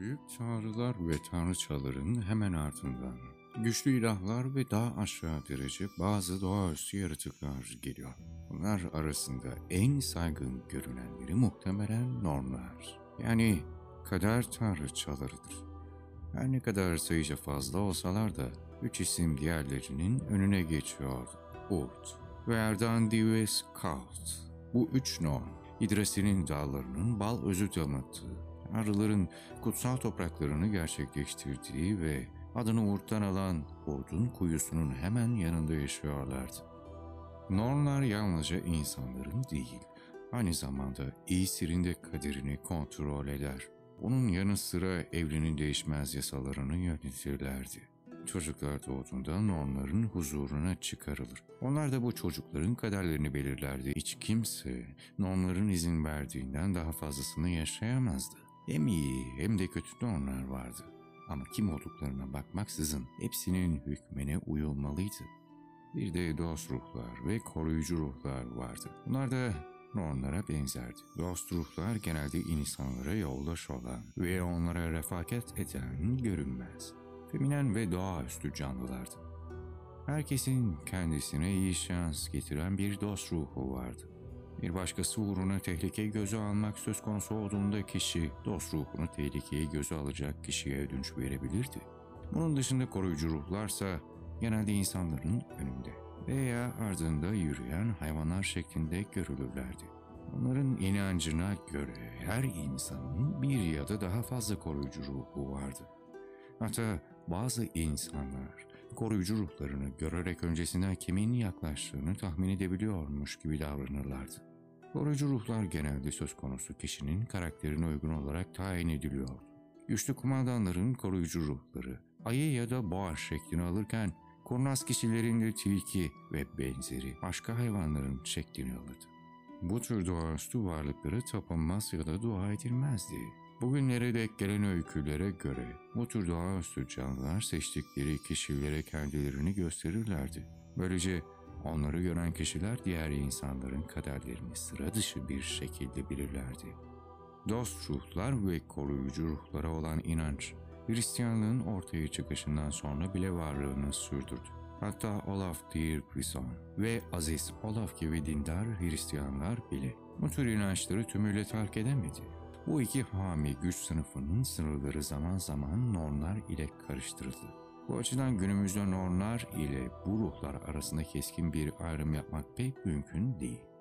Büyük tanrılar ve tanrıçaların hemen ardından güçlü ilahlar ve daha aşağı derece bazı doğaüstü yaratıklar geliyor. Bunlar arasında en saygın görünenleri muhtemelen Nornlar. Yani kader tanrıçalarıdır. Her ne kadar sayıca fazla olsalar da üç isim diğerlerinin önüne geçiyordu. Urt ve Erdandives Kaut. Bu üç Norn, Yggdrasil'in dağlarının bal özü damıttığı, tanrıların kutsal topraklarını gerçekleştirdiği ve adını Urt'tan alan Urt'un kuyusunun hemen yanında yaşıyorlardı. Nornlar yalnızca insanların değil, aynı zamanda İsir'in de kaderini kontrol eder. Onun yanı sıra evrenin değişmez yasalarını yönetirlerdi. Çocuklar doğduğunda Nornların huzuruna çıkarılır. Onlar da bu çocukların kaderlerini belirlerdi. Hiç kimse Nornların izin verdiğinden daha fazlasını yaşayamazdı. Hem iyi hem de kötü Nornlar vardı. Ama kim olduklarına bakmaksızın hepsinin hükmüne uyulmalıydı. Bir de dost ruhlar ve koruyucu ruhlar vardı. Bunlar da Nornlara benzerdi. Dost ruhlar genelde insanlara yoldaş olan ve onlara refakat eden görünmez, feminen ve doğaüstü canlılardı. Herkesin kendisine iyi şans getiren bir dost ruhu vardı. Bir başkası uğruna tehlikeyi göze almak söz konusu olduğunda kişi dost ruhunu tehlikeye göze alacak kişiye ödünç verebilirdi. Bunun dışında koruyucu ruhlarsa genelde insanların önünde veya ardında yürüyen hayvanlar şeklinde görülürlerdi. Onların inancına göre her insanın bir ya da daha fazla koruyucu ruhu vardı. Hatta bazı insanlar koruyucu ruhlarını görerek öncesinden kimin yaklaştığını tahmin edebiliyormuş gibi davranırlardı. Koruyucu ruhlar genelde söz konusu kişinin karakterine uygun olarak tayin ediliyordu. Güçlü kumandanların koruyucu ruhları ayı ya da boğa şeklini alırken kurnaz kişilerin de tilki ve benzeri başka hayvanların şeklini alırdı. Bu tür doğaüstü varlıklara tapınmaz ya da dua edilmezdi. Bugünlere dek gelen öykülere göre bu tür doğaüstü canlılar seçtikleri kişilere kendilerini gösterirlerdi. Böylece onları gören kişiler diğer insanların kaderlerini sıra dışı bir şekilde bilirlerdi. Dost ruhlar ve koruyucu ruhlara olan inanç, Hristiyanlığın ortaya çıkışından sonra bile varlığını sürdürdü. Hatta Olaf Tryggvason ve Aziz Olaf gibi dindar Hristiyanlar bile bu tür inançları tümüyle terk edemedi. Bu iki hami güç sınıfının sınırları zaman zaman Nornlar ile karıştırıldı. Bu açıdan günümüzde Nornlar ile bu ruhlar arasında keskin bir ayrım yapmak pek mümkün değil.